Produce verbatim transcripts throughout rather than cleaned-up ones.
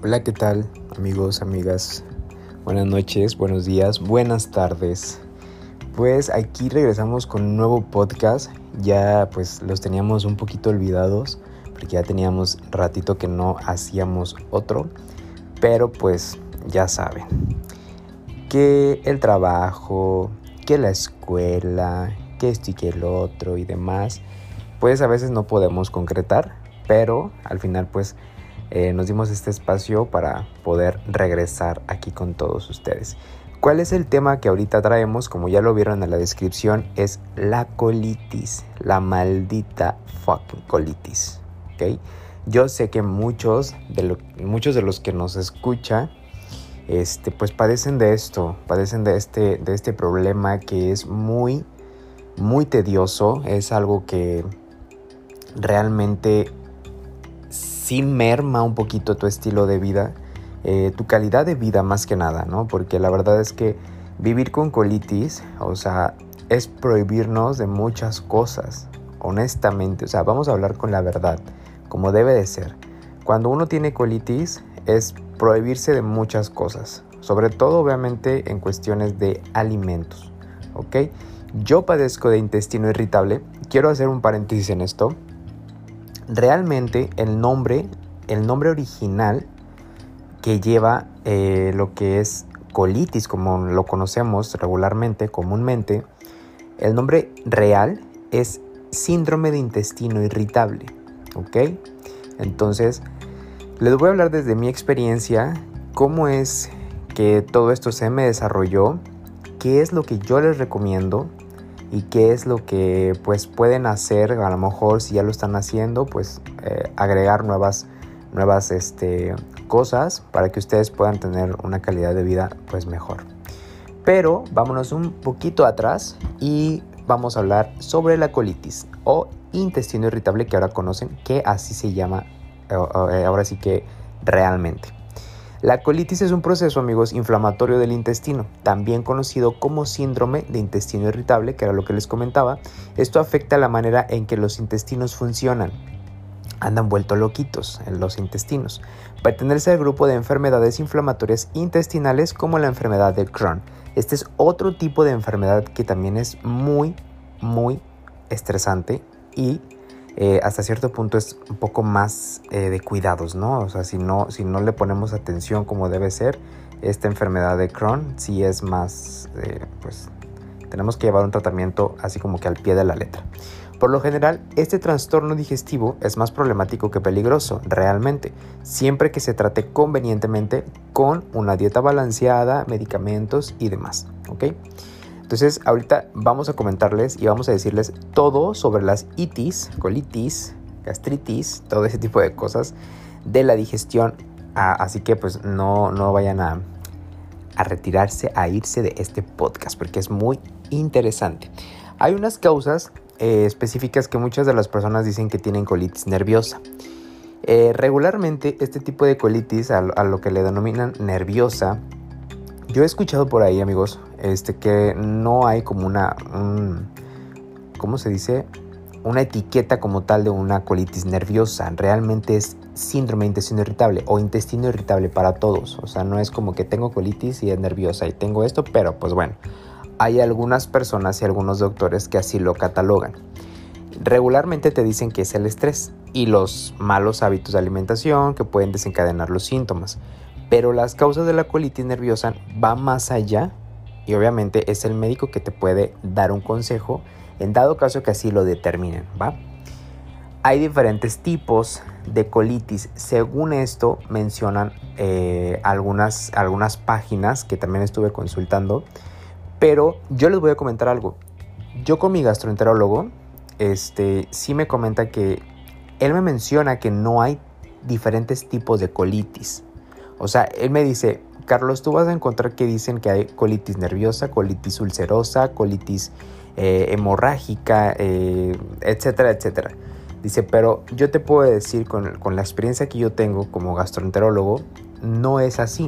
Hola, ¿qué tal, amigos, amigas? Buenas noches, buenos días, buenas tardes. Pues aquí regresamos con un nuevo podcast. Ya pues los teníamos un poquito olvidados porque ya teníamos ratito que no hacíamos otro. Pero pues ya saben, que el trabajo, que la escuela, que esto y que el otro y demás, pues a veces no podemos concretar, pero al final pues Eh, nos dimos este espacio para poder regresar aquí con todos ustedes. ¿Cuál es el tema que ahorita traemos? Como ya lo vieron en la descripción, es la colitis, la maldita fucking colitis, ¿ok? Yo sé que muchos de, lo, muchos de los que nos escuchan, este, pues padecen de esto, padecen de este, de este problema que es muy, muy tedioso, es algo que realmente sí merma un poquito tu estilo de vida, eh, tu calidad de vida más que nada, ¿no? Porque la verdad es que vivir con colitis, o sea, es prohibirnos de muchas cosas, honestamente. O sea, vamos a hablar con la verdad, como debe de ser. Cuando uno tiene colitis, es prohibirse de muchas cosas, sobre todo obviamente en cuestiones de alimentos, ¿ok? Yo padezco de intestino irritable. Quiero hacer un paréntesis en esto. Realmente el nombre, el nombre original que lleva eh, lo que es colitis, como lo conocemos regularmente, comúnmente, el nombre real es síndrome de intestino irritable, ¿ok? Entonces, les voy a hablar desde mi experiencia, cómo es que todo esto se me desarrolló, qué es lo que yo les recomiendo, y qué es lo que pues pueden hacer. A lo mejor si ya lo están haciendo, pues eh, agregar nuevas, nuevas este, cosas para que ustedes puedan tener una calidad de vida pues mejor. Pero vámonos un poquito atrás y vamos a hablar sobre la colitis o intestino irritable, que ahora conocen, que así se llama eh, eh, ahora sí que realmente. La colitis es un proceso, amigos, inflamatorio del intestino, también conocido como síndrome de intestino irritable, que era lo que les comentaba. Esto afecta la manera en que los intestinos funcionan. Andan vueltos loquitos en los intestinos. Pertenece al grupo de enfermedades inflamatorias intestinales como la enfermedad de Crohn. Este es otro tipo de enfermedad que también es muy, muy estresante y Eh, hasta cierto punto es un poco más eh, de cuidados, ¿no? O sea, si no, si no le ponemos atención como debe ser, esta enfermedad de Crohn sí es más, eh, pues tenemos que llevar un tratamiento así como que al pie de la letra. Por lo general, este trastorno digestivo es más problemático que peligroso, realmente, siempre que se trate convenientemente con una dieta balanceada, medicamentos y demás, ¿ok? Entonces ahorita vamos a comentarles y vamos a decirles todo sobre las itis, colitis, gastritis, todo ese tipo de cosas de la digestión. Ah, así que pues no, no vayan a, a retirarse, a irse de este podcast porque es muy interesante. Hay unas causas eh, específicas que muchas de las personas dicen que tienen colitis nerviosa. Eh, regularmente este tipo de colitis, a, a lo que le denominan nerviosa, yo he escuchado por ahí, amigos, este, que no hay como una, un, ¿cómo se dice? Una etiqueta como tal de una colitis nerviosa. Realmente es síndrome de intestino irritable o intestino irritable para todos. O sea, no es como que tengo colitis y es nerviosa y tengo esto, pero pues bueno, hay algunas personas y algunos doctores que así lo catalogan. Regularmente te dicen que es el estrés y los malos hábitos de alimentación que pueden desencadenar los síntomas. Pero las causas de la colitis nerviosa van más allá y obviamente es el médico que te puede dar un consejo en dado caso que así lo determinen, ¿va? Hay diferentes tipos de colitis. Según esto mencionan eh, algunas, algunas páginas que también estuve consultando, pero yo les voy a comentar algo. Yo con mi gastroenterólogo, este, sí me comenta que él me menciona que no hay diferentes tipos de colitis. O sea, él me dice, Carlos, tú vas a encontrar que dicen que hay colitis nerviosa, colitis ulcerosa, colitis eh, hemorrágica, eh, etcétera, etcétera. Dice, pero yo te puedo decir con, con la experiencia que yo tengo como gastroenterólogo, no es así.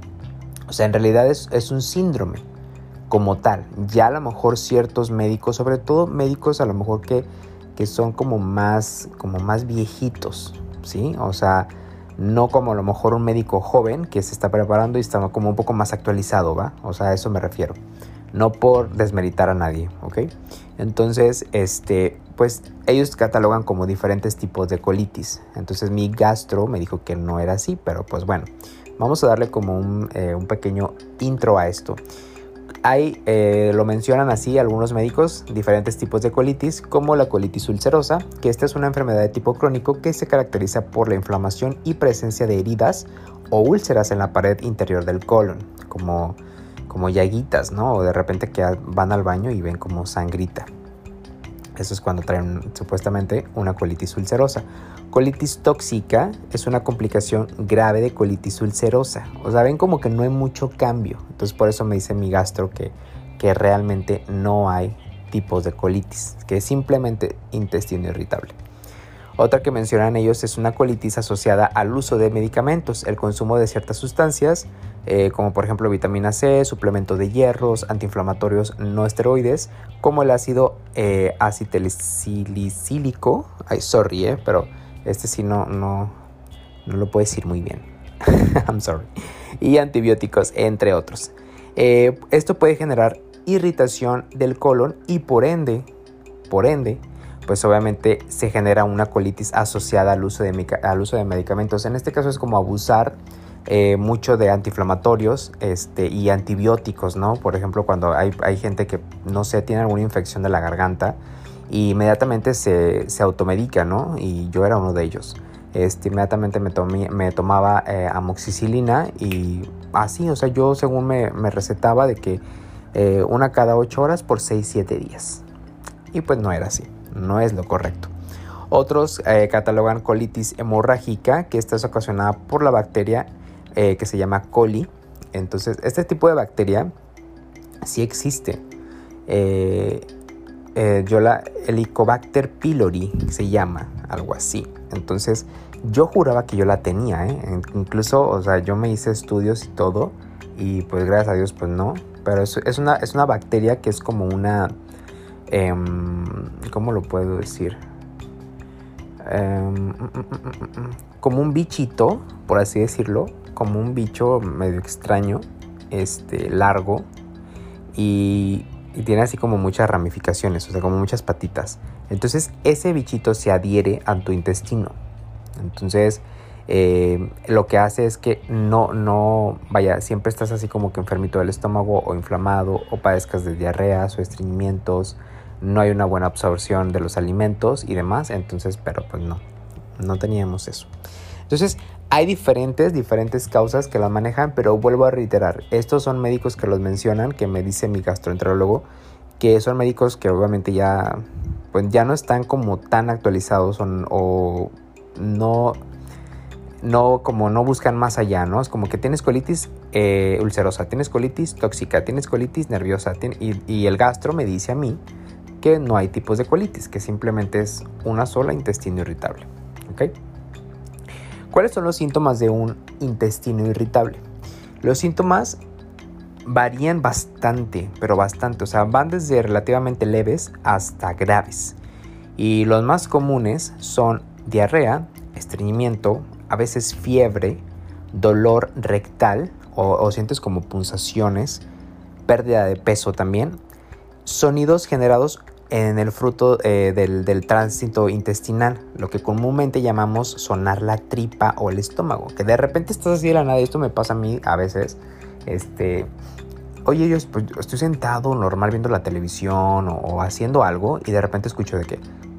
O sea, en realidad es, es un síndrome como tal. Ya a lo mejor ciertos médicos, sobre todo médicos a lo mejor que, que son como más, como más viejitos, ¿sí? O sea, No como a lo mejor un médico joven que se está preparando y está como un poco más actualizado, ¿va? O sea, a eso me refiero. No por desmeritar a nadie, ¿ok? Entonces, este, pues ellos catalogan como diferentes tipos de colitis. Entonces mi gastro me dijo que no era así, pero pues bueno, vamos a darle como un, eh, un pequeño intro a esto. Hay, eh, lo mencionan así algunos médicos, diferentes tipos de colitis, como la colitis ulcerosa, que esta es una enfermedad de tipo crónico que se caracteriza por la inflamación y presencia de heridas o úlceras en la pared interior del colon, como, como llaguitas, ¿no? O de repente que van al baño y ven como sangrita. Eso es cuando traen supuestamente una colitis ulcerosa. Colitis tóxica es una complicación grave de colitis ulcerosa. O sea, ven como que no hay mucho cambio. Entonces por eso me dice mi gastro que, que realmente no hay tipos de colitis, que es simplemente intestino irritable. Otra que mencionan ellos es una colitis asociada al uso de medicamentos, el consumo de ciertas sustancias, eh, como por ejemplo vitamina C, suplemento de hierros, antiinflamatorios no esteroides, como el ácido eh, acetilicílico. Ay, sorry, eh, pero este sí no, no, no lo puedo decir muy bien. I'm sorry. Y antibióticos, entre otros. Eh, esto puede generar irritación del colon y por ende, por ende, pues obviamente se genera una colitis asociada al uso de, al uso de medicamentos. En este caso es como abusar eh, mucho de antiinflamatorios este, y antibióticos, ¿no? Por ejemplo, cuando hay, hay gente que, no sé, tiene alguna infección de la garganta y inmediatamente se, se automedica, ¿no? Y yo era uno de ellos. Este, inmediatamente me, tomé, me tomaba eh, amoxicilina y así, o sea, yo según me, me recetaba de que eh, una cada ocho horas por seis siete días. Y pues no era así. No es lo correcto. Otros eh, catalogan colitis hemorrágica, que esta es ocasionada por la bacteria eh, que se llama coli. Entonces, este tipo de bacteria sí existe. Eh, eh, yo la Helicobacter pylori se llama, algo así. Entonces, yo juraba que yo la tenía, ¿eh? Incluso, o sea, yo me hice estudios y todo, y pues gracias a Dios, pues no. Pero es, es, una, es una bacteria que es como una... ¿Cómo lo puedo decir? Um, como un bichito, por así decirlo, como un bicho medio extraño, este, largo, y, y tiene así como muchas ramificaciones, o sea, como muchas patitas. Entonces, ese bichito se adhiere a tu intestino. Entonces, eh, lo que hace es que no, no, vaya, siempre estás así como que enfermito del estómago o inflamado, o padezcas de diarreas o estreñimientos. No hay una buena absorción de los alimentos y demás, entonces, pero pues no, no teníamos eso. Entonces, hay diferentes, diferentes causas que las manejan, pero vuelvo a reiterar, estos son médicos que los mencionan, que me dice mi gastroenterólogo, que son médicos que obviamente ya, pues ya no están como tan actualizados o, o no, no, como no buscan más allá, ¿no? Es como que tienes colitis eh, ulcerosa, tienes colitis tóxica, tienes colitis nerviosa, tiene, y, y el gastro me dice a mí que no hay tipos de colitis, que simplemente es una sola, intestino irritable. ¿Ok? ¿Cuáles son los síntomas de un intestino irritable? Los síntomas varían bastante, pero bastante. O sea, van desde relativamente leves hasta graves. Y los más comunes son diarrea, estreñimiento, a veces fiebre, dolor rectal o, o sientes como punzaciones, pérdida de peso también, sonidos generados en el fruto eh, del, del tránsito intestinal, lo que comúnmente llamamos sonar la tripa o el estómago, que de repente estás así de la nada, y esto me pasa a mí a veces, este, oye, yo pues, estoy sentado normal viendo la televisión o, o haciendo algo y de repente escucho de que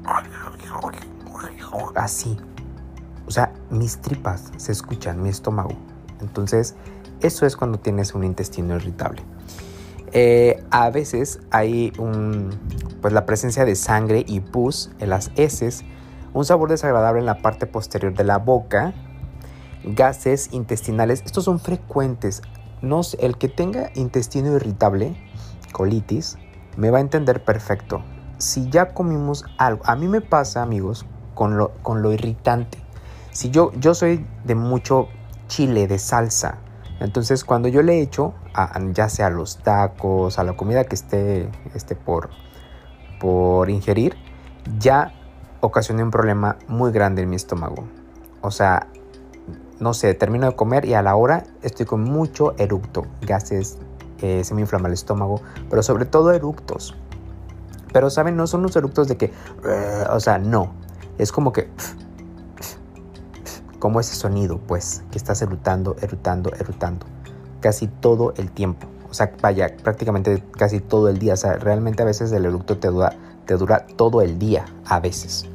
así, o sea, mis tripas se escuchan, mi estómago. Entonces, eso es cuando tienes un intestino irritable. Eh, a veces hay un, pues la presencia de sangre y pus en las heces, un sabor desagradable en la parte posterior de la boca, gases intestinales. Estos son frecuentes. No sé, el que tenga intestino irritable, colitis, me va a entender perfecto. Si ya comimos algo, a mí me pasa, amigos, con lo, con lo irritante. Si yo, yo soy de mucho chile, de salsa. Entonces, cuando yo le echo, a, ya sea a los tacos, a la comida que esté, esté por, por ingerir, ya ocasioné un problema muy grande en mi estómago. O sea, no sé, termino de comer y a la hora estoy con mucho eructo, gases, eh, se me inflama el estómago, pero sobre todo eructos. Pero, ¿saben? No son los eructos de que, uh, o sea, no, es como que, como ese sonido, pues, que estás eructando, eructando, eructando, casi todo el tiempo. O sea, vaya, prácticamente casi todo el día. O sea, realmente a veces el eructo te dura, te dura todo el día, a veces.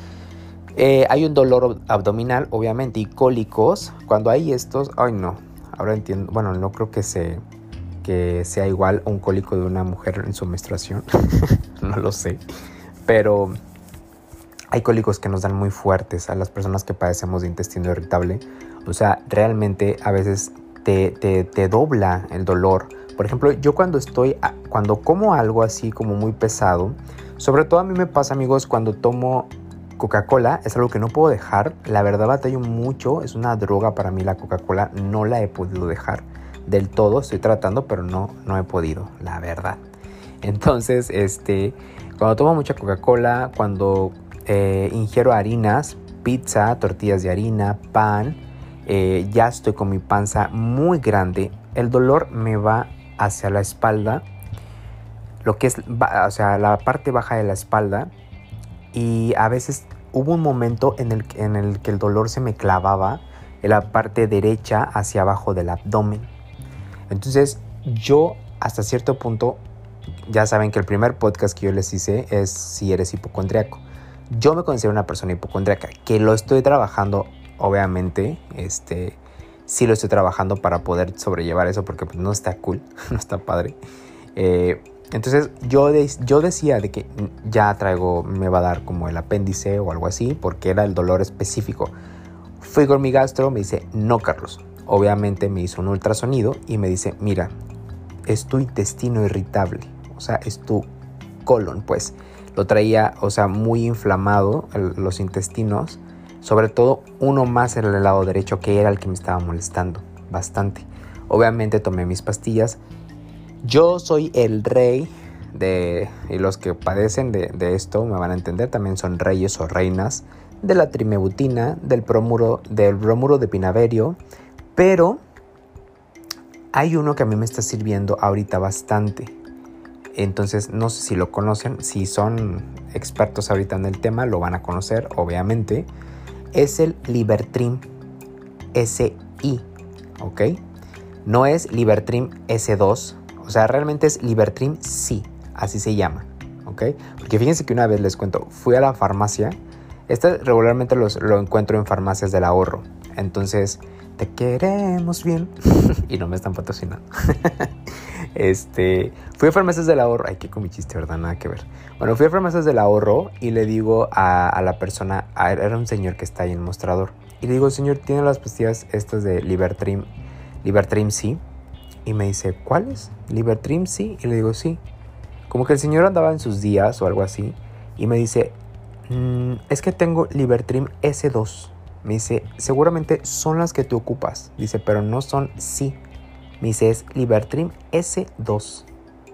Eh, hay un dolor abdominal, obviamente, y cólicos. Cuando hay estos, ay no, ahora entiendo, bueno, no creo que, se, que sea igual a un cólico de una mujer en su menstruación, no lo sé, pero hay cólicos que nos dan muy fuertes a las personas que padecemos de intestino irritable. O sea, realmente a veces te, te, te dobla el dolor. Por ejemplo, yo cuando estoy, cuando como algo así como muy pesado, sobre todo a mí me pasa, amigos, cuando tomo Coca-Cola, es algo que no puedo dejar. La verdad batallo mucho, es una droga para mí la Coca-Cola, no la he podido dejar del todo, estoy tratando, pero no, no he podido, la verdad. Entonces, este, cuando tomo mucha Coca-Cola, cuando eh, ingiero harinas, pizza, tortillas de harina, pan, eh, ya estoy con mi panza muy grande, el dolor me va hacia la espalda, lo que es, o sea, la parte baja de la espalda. Y a veces hubo un momento en el, en el que el dolor se me clavaba en la parte derecha hacia abajo del abdomen. Entonces yo hasta cierto punto, ya saben que el primer podcast que yo les hice es si eres hipocondriaco. Yo me considero una persona hipocondriaca, que lo estoy trabajando, obviamente, este, sí lo estoy trabajando para poder sobrellevar eso, porque pues, no está cool, no está padre. Eh, Entonces yo, de, yo decía de que ya traigo, me va a dar como el apéndice o algo así, porque era el dolor específico. Fui con mi gastro, me dice, no, Carlos. Obviamente me hizo un ultrasonido y me dice, mira, es tu intestino irritable, o sea, es tu colon, pues. Lo traía, o sea, muy inflamado el, los intestinos, sobre todo uno más en el lado derecho, que era el que me estaba molestando bastante. Obviamente tomé mis pastillas. Yo soy el rey de, y los que padecen de, de esto me van a entender, también son reyes o reinas de la trimebutina, del bromuro, del bromuro de pinaverio, pero hay uno que a mí me está sirviendo ahorita bastante. Entonces no sé si lo conocen, si son expertos ahorita en el tema lo van a conocer, obviamente. Es el Libertrim S I, ¿ok? No es Libertrim S dos. O sea, realmente es Libertrim sí, así se llama, ¿ok? Porque fíjense que una vez les cuento, fui a la farmacia. Este regularmente los, lo encuentro en farmacias del ahorro. Entonces, te queremos bien. Y no me están patrocinando. este, fui a farmacias del ahorro. Ay, qué con mi chiste, ¿verdad? Nada que ver. Bueno, fui a farmacias del ahorro y le digo a, a la persona, a, era un señor que está ahí en el mostrador. Y le digo, señor, ¿tiene las pastillas estas de Libertrim, Libertrim sí? Y me dice, ¿cuáles? ¿Libertrim sí? Y le digo, sí. Como que el señor andaba en sus días o algo así. Y me dice, mmm, es que tengo Libertrim S dos. Me dice, seguramente son las que tú ocupas. Dice, pero no son sí. Me dice, es Libertrim S dos.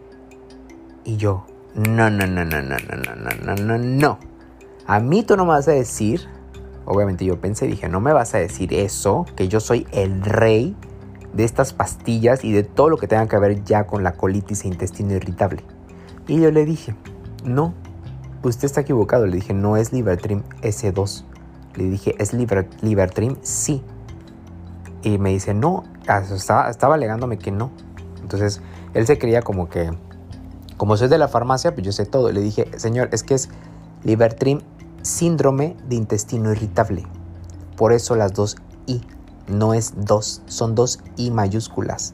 Y yo, no, no, no, no, no, no, no, no, no, no. A mí tú no me vas a decir. Obviamente yo pensé, dije, no me vas a decir eso, que yo soy el rey de estas pastillas y de todo lo que tenga que ver ya con la colitis e intestino irritable. Y yo le dije, no, usted está equivocado. Le dije, no es Libertrim S dos. Le dije, es Liber, Libertrim sí. Y me dice, no, estaba, estaba alegándome que no. Entonces, él se creía como que, como soy de la farmacia, pues yo sé todo. Le dije, señor, es que es Libertrim síndrome de intestino irritable. Por eso las dos I. No es dos, son dos I mayúsculas.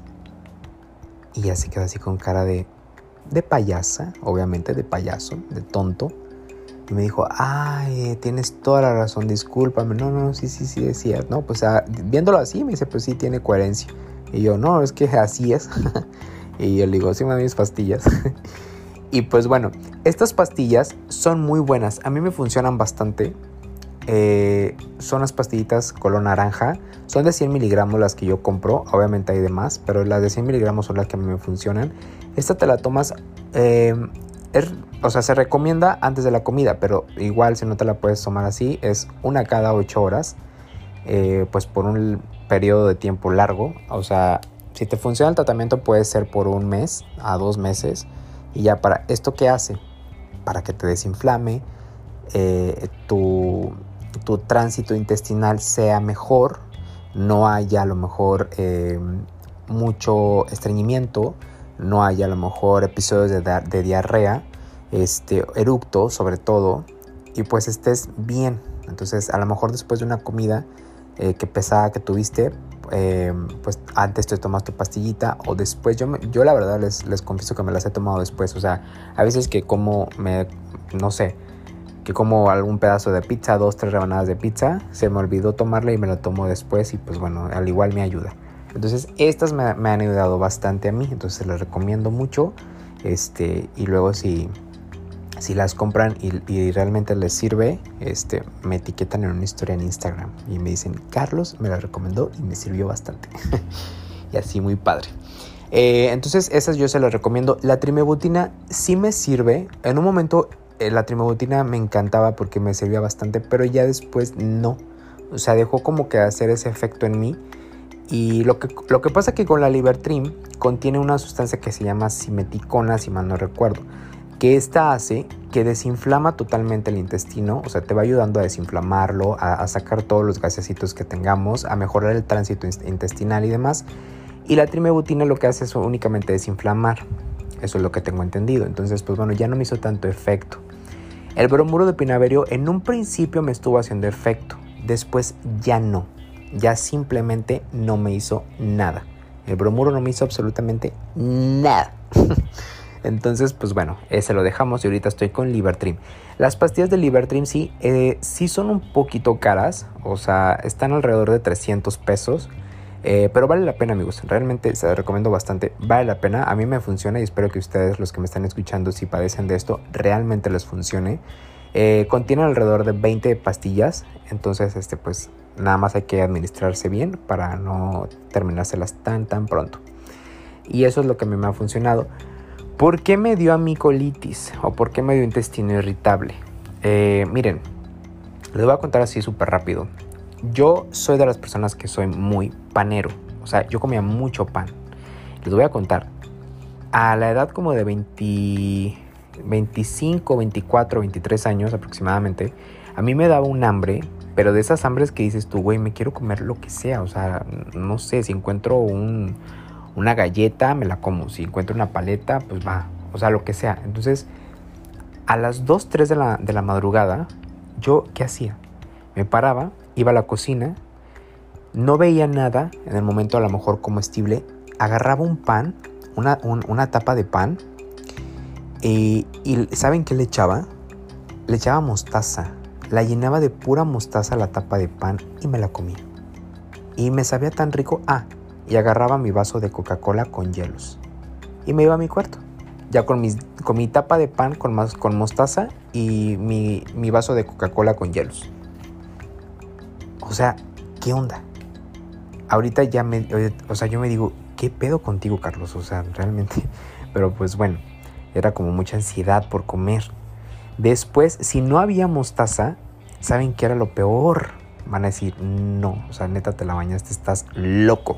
Y ya se quedó así con cara de, de payasa, obviamente, de payaso, de tonto. Y me dijo, ay, tienes toda la razón, discúlpame. No, no, sí, sí, sí, sí. No, pues ah, viéndolo así, me dice, pues sí, tiene coherencia. Y yo, no, es que así es. Y yo le digo, sí, me dan mis pastillas. Y pues bueno, estas pastillas son muy buenas. A mí me funcionan bastante. Eh, son las pastillitas color naranja. Son de cien miligramos las que yo compro. Obviamente hay de más, pero las de cien miligramos son las que a mí me funcionan. Esta te la tomas, eh, es, o sea, se recomienda antes de la comida, pero igual si no te la puedes tomar así, es una cada ocho horas. Eh, pues por un, periodo de tiempo largo. O sea, si te funciona el tratamiento puede ser por un mes a dos meses. Y ya para esto, ¿qué hace? Para que te desinflame, eh, tu, tu tránsito intestinal sea mejor, no haya a lo mejor eh, mucho estreñimiento, no haya a lo mejor episodios de, de diarrea, este, eructo sobre todo, y pues estés bien. Entonces a lo mejor después de una comida eh, que pesada que tuviste, eh, pues antes te tomas tu pastillita o después. Yo, me, yo la verdad les, les confieso que me las he tomado después. O sea, a veces que como, me, no sé, que como algún pedazo de pizza, dos, tres rebanadas de pizza, se me olvidó tomarla y me la tomo después y pues bueno, al igual me ayuda. Entonces estas me, me han ayudado bastante a mí, entonces les recomiendo mucho. Este, y luego si... Si las compran y, y realmente les sirve, este, me etiquetan en una historia en Instagram y me dicen, Carlos me la recomendó y me sirvió bastante. Y así, muy padre. Eh, entonces esas yo se las recomiendo. La trimebutina sí me sirve. En un momento eh, la trimebutina me encantaba porque me servía bastante, pero ya después no. O sea, dejó como que hacer ese efecto en mí. Y lo que, lo que pasa que con la Libertrim contiene una sustancia que se llama simeticona, si mal no recuerdo, que esta hace que desinflama totalmente el intestino. O sea, te va ayudando a desinflamarlo, a, a sacar todos los gasecitos que tengamos, a mejorar el tránsito intestinal y demás. Y la trimebutina lo que hace es únicamente desinflamar. Eso es lo que tengo entendido. Entonces, pues bueno, ya no me hizo tanto efecto. El bromuro de pinaverio en un principio me estuvo haciendo efecto. Después ya no. Ya simplemente no me hizo nada. El bromuro no me hizo absolutamente nada. Entonces, pues bueno, ese lo dejamos y ahorita estoy con Libertrim. Las pastillas de Libertrim sí, eh, sí son un poquito caras. O sea, están alrededor de trescientos pesos. Eh, pero vale la pena, amigos. Realmente se los recomiendo bastante. Vale la pena. A mí me funciona y espero que ustedes, los que me están escuchando, si padecen de esto, realmente les funcione. Eh, contienen alrededor de veinte pastillas. Entonces, este, pues nada más hay que administrarse bien para no terminárselas tan, tan pronto. Y eso es lo que a mí me ha funcionado. ¿Por qué me dio a mí colitis? ¿O por qué me dio intestino irritable? Eh, miren, les voy a contar así súper rápido. Yo soy de las personas que soy muy panero. O sea, yo comía mucho pan. Les voy a contar. A la edad como de veinte, veinticinco, veinticuatro, veintitrés años aproximadamente, a mí me daba un hambre, pero de esas hambres que dices tú, güey, me quiero comer lo que sea. O sea, no sé, si encuentro un... una galleta, me la como. Si encuentro una paleta, pues va. O sea, lo que sea. Entonces, a las dos, tres de la, de la madrugada, ¿yo qué hacía? Me paraba, iba a la cocina, no veía nada en el momento a lo mejor comestible, agarraba un pan, una, un, una tapa de pan, y, y ¿saben qué le echaba? Le echaba mostaza. La llenaba de pura mostaza la tapa de pan y me la comía. Y me sabía tan rico. Ah, y agarraba mi vaso de Coca-Cola con hielos y me iba a mi cuarto ya con, mis, con mi tapa de pan con, más, con mostaza y mi, mi vaso de Coca-Cola con hielos. O sea, ¿qué onda? Ahorita ya me, o sea, yo me digo, ¿qué pedo contigo, Carlos? O sea, realmente, pero pues bueno, era como mucha ansiedad por comer. Después, si no había mostaza, ¿saben qué era lo peor? Van a decir, no, o sea, neta te la bañaste, estás loco.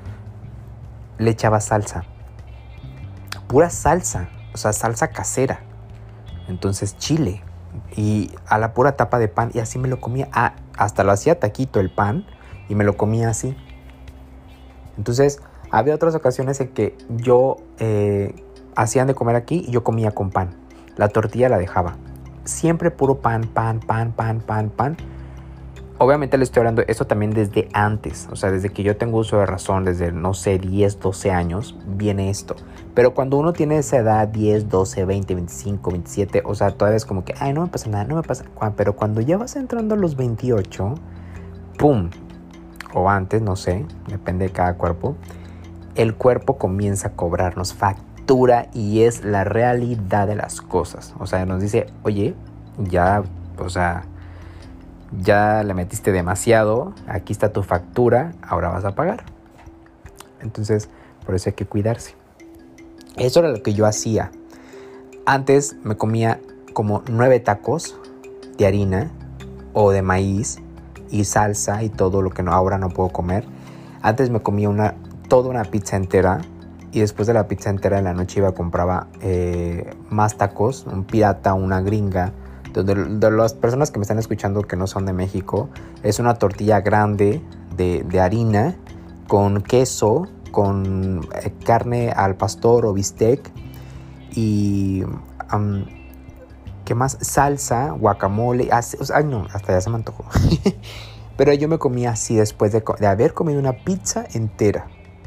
Le echaba salsa, pura salsa, o sea, salsa casera, entonces chile y a la pura tapa de pan y así me lo comía. Ah, hasta lo hacía taquito el pan y me lo comía así. Entonces había otras ocasiones en que yo eh, hacían de comer aquí y yo comía con pan, la tortilla la dejaba, siempre puro pan, pan, pan, pan, pan, pan. Obviamente le estoy hablando esto también desde antes, o sea, desde que yo tengo uso de razón, desde, no sé, diez, doce años, viene esto. Pero cuando uno tiene esa edad, diez, doce, veinte, veinticinco, veintisiete, o sea, todavía es como que, ay, no me pasa nada, no me pasa nada. Pero cuando ya vas entrando a los veintiocho, ¡pum! O antes, no sé, depende de cada cuerpo, el cuerpo comienza a cobrarnos factura y es la realidad de las cosas. O sea, nos dice, oye, ya, o sea... ya le metiste demasiado, aquí está tu factura, ahora vas a pagar. Entonces, por eso hay que cuidarse. Eso era lo que yo hacía. Antes me comía como nueve tacos de harina o de maíz y salsa y todo lo que no, ahora no puedo comer. Antes me comía una, toda una pizza entera y después de la pizza entera en la noche iba a comprar eh, más tacos, un pirata, una gringa. De, de las personas que me están escuchando que no son de México, es una tortilla grande de, de harina con queso, con eh, carne al pastor o bistec y um, ¿qué más? Salsa, guacamole. Ay no, hasta ya se me antojó. Pero yo me comía así después de, de haber comido una pizza entera.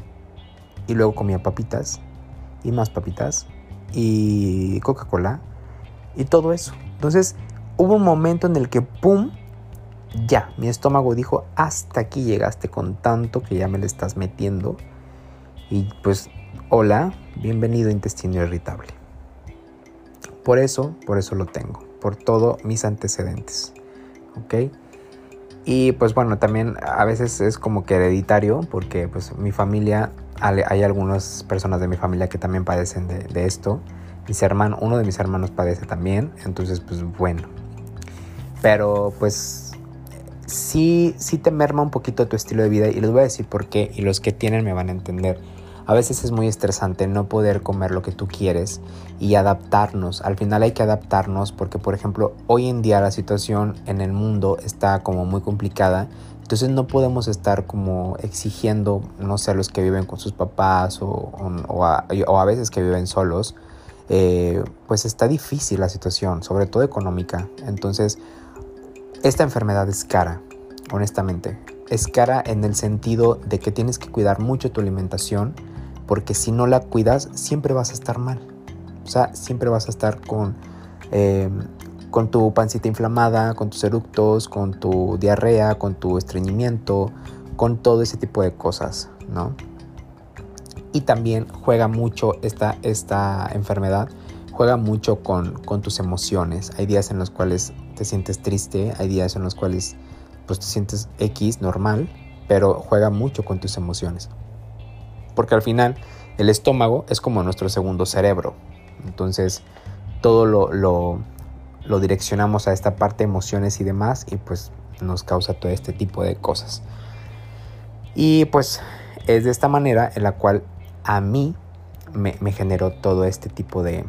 Y luego comía papitas y más papitas y Coca-Cola y todo eso. Entonces hubo un momento en el que ¡pum! Ya, mi estómago dijo, hasta aquí llegaste con tanto que ya me le estás metiendo. Y pues, hola, bienvenido intestino irritable. Por eso, por eso lo tengo, por todos mis antecedentes, ¿ok? Y pues bueno, también a veces es como que hereditario, porque pues mi familia, hay algunas personas de mi familia que también padecen de, de esto. Mis hermanos, uno de mis hermanos padece también, entonces pues bueno. Pero pues sí, sí te merma un poquito tu estilo de vida y les voy a decir por qué y los que tienen me van a entender. A veces es muy estresante no poder comer lo que tú quieres y adaptarnos. Al final hay que adaptarnos porque, por ejemplo, hoy en día la situación en el mundo está como muy complicada. Entonces no podemos estar como exigiendo, no sé, a los que viven con sus papás o, o, o, a, o a veces que viven solos. Eh, pues está difícil la situación, sobre todo económica. Entonces, esta enfermedad es cara, honestamente. Es cara en el sentido de que tienes que cuidar mucho tu alimentación, porque si no la cuidas, siempre vas a estar mal. O sea, siempre vas a estar con, eh, con tu pancita inflamada, con tus eructos, con tu diarrea, con tu estreñimiento, con todo ese tipo de cosas, ¿no? Y también juega mucho esta, esta enfermedad, juega mucho con, con tus emociones. Hay días en los cuales te sientes triste, hay días en los cuales pues te sientes X, normal, pero juega mucho con tus emociones. Porque al final el estómago es como nuestro segundo cerebro. Entonces todo lo, lo, lo direccionamos a esta parte, emociones y demás, y pues nos causa todo este tipo de cosas. Y pues es de esta manera en la cual a mí me, me generó todo este tipo de,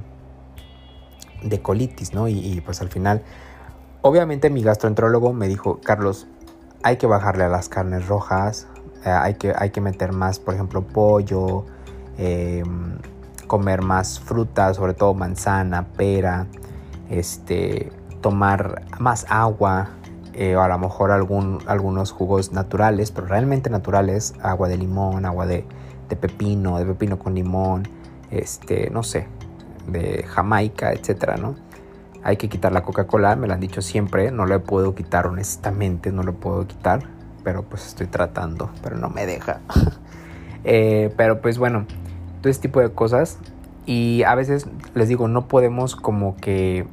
de colitis, ¿no? Y, y pues al final, obviamente mi gastroenterólogo me dijo, Carlos, hay que bajarle a las carnes rojas, eh, hay, que, hay que meter más, por ejemplo, pollo, eh, comer más frutas, sobre todo manzana, pera, este, tomar más agua, eh, o a lo mejor algún, algunos jugos naturales, pero realmente naturales, agua de limón, agua de, de pepino, de pepino con limón, este, no sé, de Jamaica, etcétera, ¿no? Hay que quitar la Coca-Cola, me lo han dicho siempre, no lo puedo quitar honestamente, no lo puedo quitar, pero pues estoy tratando, pero no me deja. eh, pero pues bueno, todo este tipo de cosas. Y a veces les digo, no podemos como que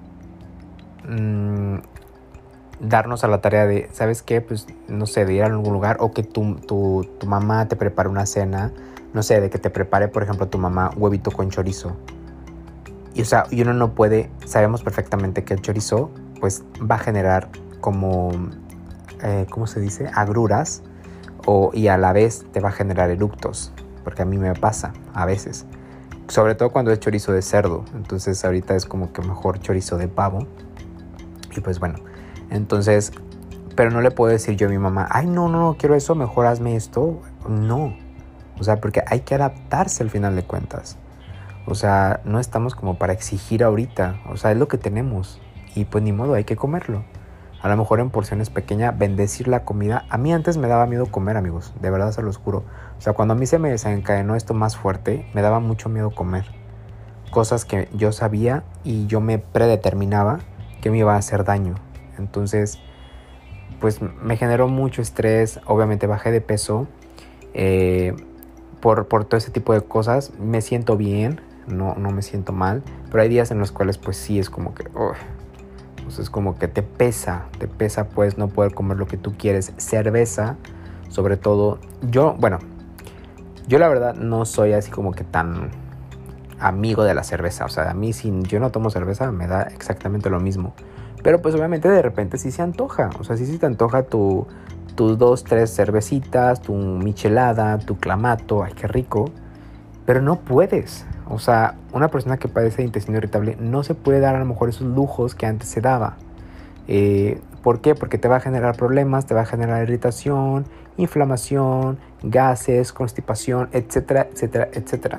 mmm, darnos a la tarea de, ¿sabes qué? Pues no sé, de ir a algún lugar o que tu, tu, tu mamá te prepare una cena, no sé, de que te prepare, por ejemplo, tu mamá huevito con chorizo. Y o sea, y uno no puede, sabemos perfectamente que el chorizo pues va a generar como, eh, ¿cómo se dice? Agruras, o, y a la vez te va a generar eructos, porque a mí me pasa a veces, sobre todo cuando es chorizo de cerdo. Entonces ahorita es como que mejor chorizo de pavo. Y pues bueno, entonces, pero no le puedo decir yo a mi mamá, ay no, no, no quiero eso, mejor hazme esto. No, o sea, porque hay que adaptarse al final de cuentas. O sea, no estamos como para exigir ahorita. O sea, es lo que tenemos. Y pues ni modo, hay que comerlo. A lo mejor en porciones pequeñas, bendecir la comida. A mí antes me daba miedo comer, amigos. De verdad se los juro. O sea, cuando a mí se me desencadenó esto más fuerte, me daba mucho miedo comer. Cosas que yo sabía y yo me predeterminaba que me iba a hacer daño. Entonces, pues me generó mucho estrés. Obviamente bajé de peso. Eh, por, por todo ese tipo de cosas. Me siento bien. No, no me siento mal, pero hay días en los cuales pues sí es como que uh, pues es como que te pesa, te pesa pues no poder comer lo que tú quieres. Cerveza, sobre todo, yo, bueno, yo la verdad no soy así como que tan amigo de la cerveza. O sea, a mí si yo no tomo cerveza me da exactamente lo mismo, pero pues obviamente de repente sí se antoja. O sea, sí se te antoja tu, tus dos, tres cervecitas, tu michelada, tu clamato, ay, qué rico. Pero no puedes. O sea, una persona que padece de intestino irritable no se puede dar a lo mejor esos lujos que antes se daba. Eh, ¿Por qué? Porque te va a generar problemas, te va a generar irritación, inflamación, gases, constipación, etcétera, etcétera, etcétera.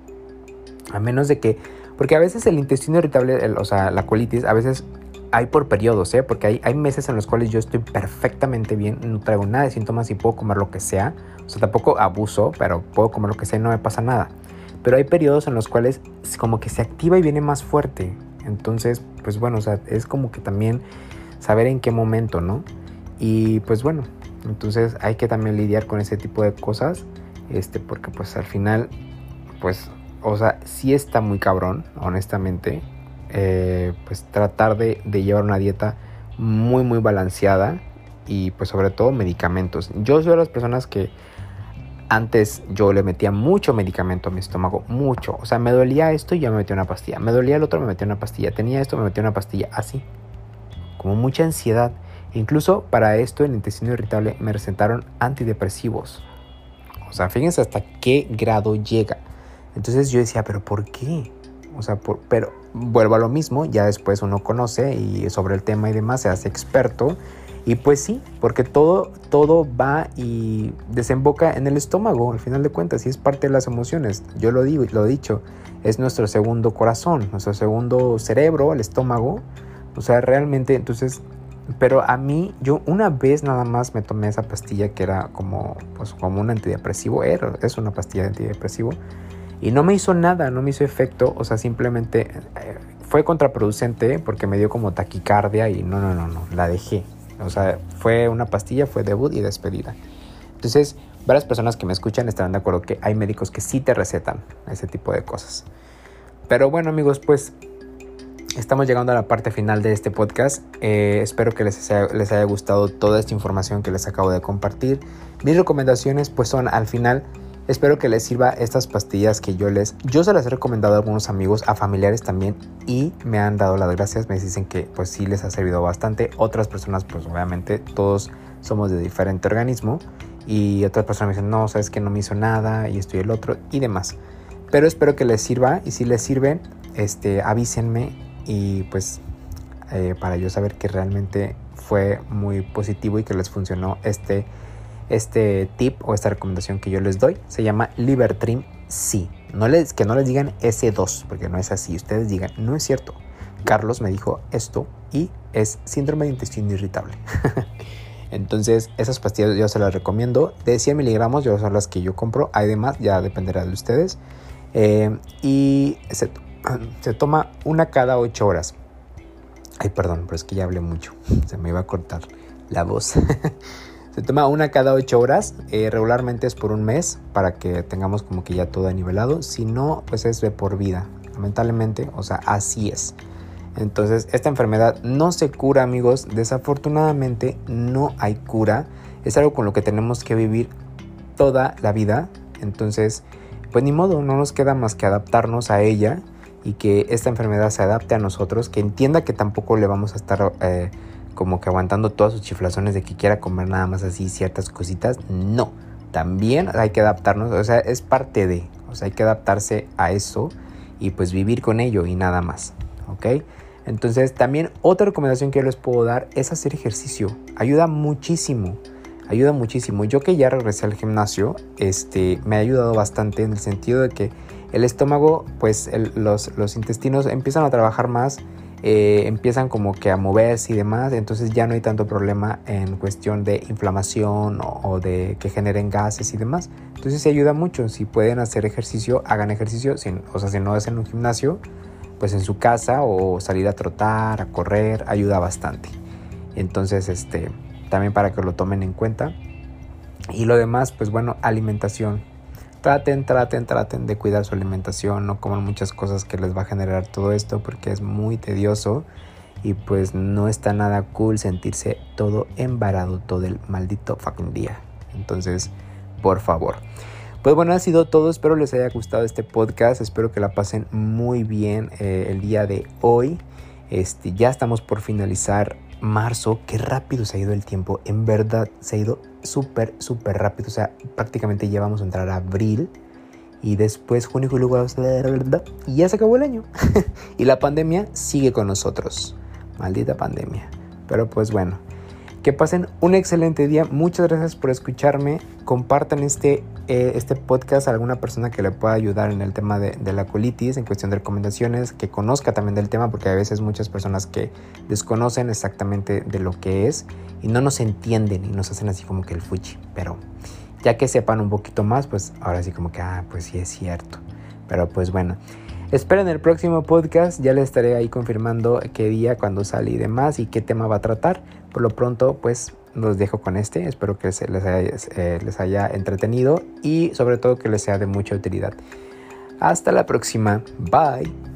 A menos de que... Porque a veces el intestino irritable, el, o sea, la colitis, a veces hay por periodos, ¿eh? Porque hay, hay meses en los cuales yo estoy perfectamente bien, no traigo nada de síntomas y puedo comer lo que sea. O sea, tampoco abuso, pero puedo comer lo que sea y no me pasa nada. Pero hay periodos en los cuales como que se activa y viene más fuerte. Entonces, pues bueno, o sea, es como que también saber en qué momento, ¿no? Y pues bueno, entonces hay que también lidiar con ese tipo de cosas, este, porque pues al final, pues, o sea, sí está muy cabrón, honestamente, eh, pues tratar de, de llevar una dieta muy, muy balanceada y pues sobre todo medicamentos. Yo soy de las personas que antes yo le metía mucho medicamento a mi estómago, mucho. O sea, me dolía esto y ya me metía una pastilla. Me dolía el otro, me metía una pastilla. Tenía esto, me metía una pastilla. Así. Como mucha ansiedad. Incluso para esto, el intestino irritable, me recetaron antidepresivos. O sea, fíjense hasta qué grado llega. Entonces yo decía, ¿pero por qué? O sea, por, pero vuelvo a lo mismo. Ya después uno conoce y sobre el tema y demás se hace experto. Y pues sí, porque todo, todo va y desemboca en el estómago, al final de cuentas, y es parte de las emociones. Yo lo digo y lo he dicho, es nuestro segundo corazón, nuestro segundo cerebro, el estómago. O sea, realmente, entonces, pero a mí, yo una vez nada más me tomé esa pastilla que era como, pues, como un antidepresivo, era, es una pastilla de antidepresivo, y no me hizo nada, no me hizo efecto, o sea, simplemente eh, fue contraproducente porque me dio como taquicardia y no, no, no, no, la dejé. O sea, fue una pastilla, fue debut y despedida. Entonces, varias personas que me escuchan estarán de acuerdo que hay médicos que sí te recetan ese tipo de cosas. Pero bueno, amigos, pues estamos llegando a la parte final de este podcast. Eh, espero que les haya, les haya gustado toda esta información que les acabo de compartir. Mis recomendaciones pues son al final... Espero que les sirva estas pastillas que yo les... Yo se las he recomendado a algunos amigos, a familiares también, y me han dado las gracias. Me dicen que pues sí les ha servido bastante. Otras personas pues obviamente todos somos de diferente organismo. Y otras personas me dicen, no, sabes que no me hizo nada y esto y el otro y demás. Pero espero que les sirva y si les sirve, este, avísenme y pues eh, para yo saber que realmente fue muy positivo y que les funcionó este... Este tip o esta recomendación que yo les doy se llama Libertrim Sí. No les, que no les digan ese dos, porque no es así. Ustedes digan, no es cierto. Carlos me dijo esto y es síndrome de intestino irritable. Entonces, esas pastillas yo se las recomiendo. De cien miligramos, yo son las que yo compro. Hay demás, ya dependerá de ustedes. Eh, y se, se toma una cada ocho horas. Ay, perdón, pero es que ya hablé mucho. Se me iba a cortar la voz. Se toma una cada ocho horas, eh, regularmente es por un mes para que tengamos como que ya todo nivelado. Si no, pues es de por vida, lamentablemente, o sea, así es. Entonces, esta enfermedad no se cura, amigos, desafortunadamente no hay cura. Es algo con lo que tenemos que vivir toda la vida. Entonces, pues ni modo, no nos queda más que adaptarnos a ella y que esta enfermedad se adapte a nosotros, que entienda que tampoco le vamos a estar... Eh, como que aguantando todas sus chiflazones de que quiera comer nada más así ciertas cositas. No, también hay que adaptarnos, o sea, es parte de, o sea, hay que adaptarse a eso y pues vivir con ello y nada más, ¿ok? Entonces también otra recomendación que yo les puedo dar es hacer ejercicio, ayuda muchísimo, ayuda muchísimo. Yo que ya regresé al gimnasio, este, me ha ayudado bastante en el sentido de que el estómago, pues el, los, los intestinos empiezan a trabajar más. Eh, empiezan como que a moverse y demás, entonces ya no hay tanto problema en cuestión de inflamación o, o de que generen gases y demás. Entonces sí ayuda mucho. Si pueden hacer ejercicio, hagan ejercicio, sin, o sea, si no es en un gimnasio, pues en su casa o salir a trotar, a correr, ayuda bastante. Entonces este, también para que lo tomen en cuenta. Y lo demás, pues bueno, alimentación. Traten, traten, traten de cuidar su alimentación, no coman muchas cosas que les va a generar todo esto porque es muy tedioso y pues no está nada cool sentirse todo embarado todo el maldito fucking día. Entonces, por favor. Pues bueno, ha sido todo, espero les haya gustado este podcast, espero que la pasen muy bien eh, el día de hoy. Este, ya estamos por finalizar marzo, qué rápido se ha ido el tiempo. En verdad se ha ido súper, súper rápido. O sea, prácticamente ya vamos a entrar a abril. Y después junio, julio, agosto, y ya se acabó el año. Y la pandemia sigue con nosotros. Maldita pandemia. Pero pues bueno, que pasen un excelente día. Muchas gracias por escucharme. Compartan este, eh, este podcast a alguna persona que le pueda ayudar en el tema de, de la colitis, en cuestión de recomendaciones, que conozca también del tema, porque a veces muchas personas que desconocen exactamente de lo que es y no nos entienden y nos hacen así como que el fuchi. Pero ya que sepan un poquito más, pues ahora sí como que, ah, pues sí es cierto. Pero pues bueno, esperen el próximo podcast, ya les estaré ahí confirmando qué día, cuándo sale y demás y qué tema va a tratar. Por lo pronto, pues los dejo con este, espero que les haya, eh, les haya entretenido y sobre todo que les sea de mucha utilidad. Hasta la próxima, bye.